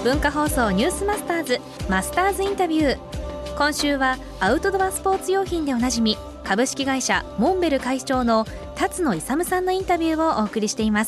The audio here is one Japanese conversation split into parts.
文化放送ニュースマスターズマスターズインタビュー。今週はアウトドアスポーツ用品でおなじみ株式会社モンベル会長の辰野勇さんのインタビューをお送りしています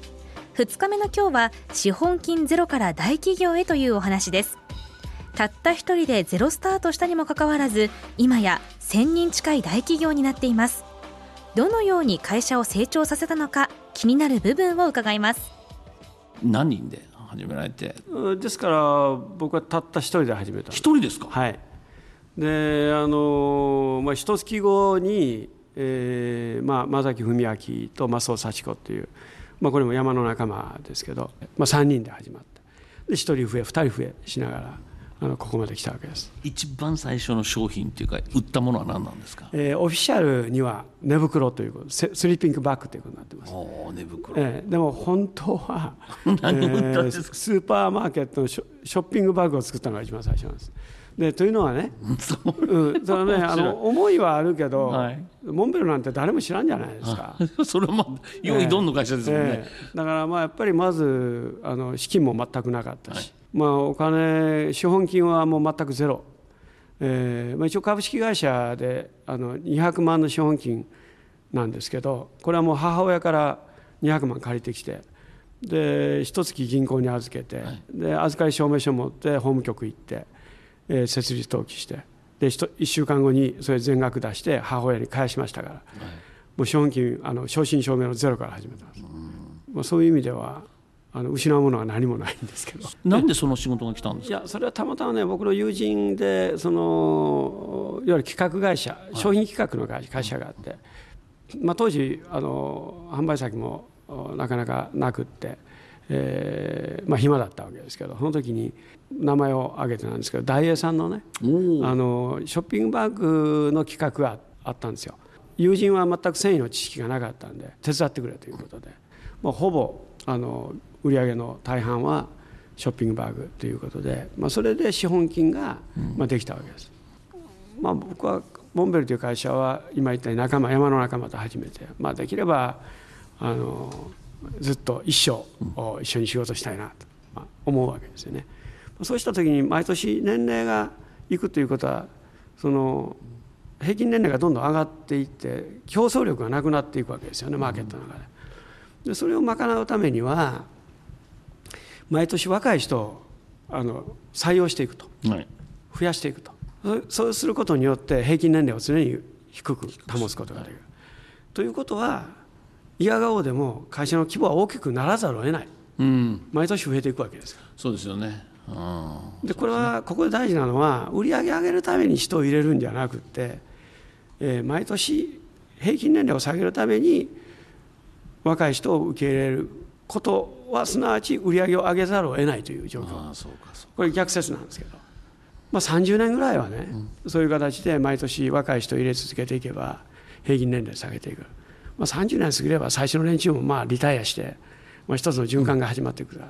。2日目の今日は資本金ゼロから大企業へというお話です。たった一人でゼロスタートしたにもかかわらず今や1000人近い大企業になっています。どのように会社を成長させたのか気になる部分を伺います。 何人で始められて？ ですから僕はたった一人で始めた。 一人ですか？ はい。で一月後に、間崎文明と増尾幸子という、これも山の仲間ですけど、3人で始まってで1人増え2人増えしながらここまで来たわけです。 一番最初の商品というか売ったものは何なんですか？ オフィシャルには寝袋ということ、スリーピングバッグということになってます。 寝袋、 でも本当は何を売ったんですか？ スーパーマーケットのショッピングバッグを作ったのが一番最初なんです。でというのはね、それね思いはあるけど、はい、モンベルなんて誰も知らんじゃないですか。 それは用意どんの会社ですもんね。 だからやっぱりまず資金も全くなかったし、お金資本金はもう全くゼロ、一応株式会社で200万の資本金なんですけど、これはもう母親から200万借りてきて、で一月銀行に預けて、で預かり証明書を持って法務局行って、設立登記して、で1週間後にそれ全額出して母親に返しましたから、もう資本金正真正銘のゼロから始めたんです。そういう意味では失うものは何もないんですけど。 なんでその仕事が来たんですか？ いやそれはたまたまね、僕の友人でいわゆる企画会社、商品企画の会社があって、当時販売先もなかなかなくって、暇だったわけですけど、その時に名前を挙げてなんですけど、ダイエーさんのねショッピングバッグの企画があったんですよ。友人は全く繊維の知識がなかったんで手伝ってくれということで、ほぼ売上の大半はショッピングバッグということで、それで資本金ができたわけです。僕はモンベルという会社は今言ったように山の仲間と始めて、できればずっと一生一緒に仕事したいなと思うわけですよね。そうした時に毎年年齢がいくということは、平均年齢がどんどん上がっていって競争力がなくなっていくわけですよね、マーケットの中で。それを賄うためには毎年若い人を採用していくと、増やしていくと、そうすることによって平均年齢を常に低く保つことができる。ということは嫌顔でも会社の規模は大きくならざるを得ない、毎年増えていくわけですから。 そうですよね。 でこれはここで大事なのは、売り上げ上げるために人を入れるんじゃなくて、毎年平均年齢を下げるために若い人を受け入れることは、すなわち売り上げを上げざるを得ないという状況。これ逆説なんですけど、30年ぐらいはね、そういう形で毎年若い人を入れ続けていけば平均年齢を下げていく。30年過ぎれば最初の連中もリタイアして、一つの循環が始まっていくから、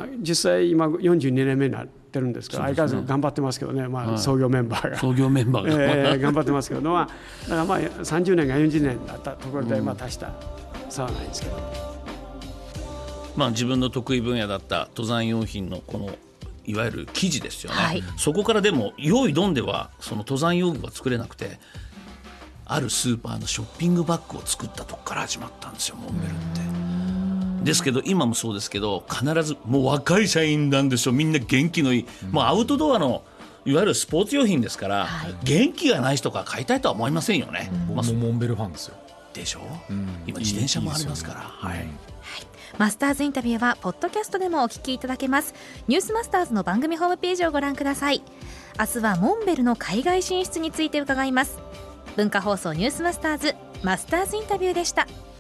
実際今42年目になってるんですけど、相変わらず頑張ってますけどね、創業メンバーが頑張ってますけど、だから30年が40年だったところで大した差はないんですけど、 自分の得意分野だった登山用品のこのいわゆる生地ですよね、そこからでも用意どんではその登山用具が作れなくて、あるスーパーのショッピングバッグを作ったとこから始まったんですよ、モンベルって。ですけど今もそうですけど、必ずもう若い社員なんですよ、みんな元気のいい、アウトドアのいわゆるスポーツ用品ですから、元気がない人が買いたいとは思いませんよね。 僕もモンベルファンですよ。 でしょ、今自転車もありますから。 マスターズインタビューはポッドキャストでもお聞きいただけます。ニュースマスターズの番組ホームページをご覧ください。明日はモンベルの海外進出について伺います。文化放送ニュースマスターズマスターズインタビューでした。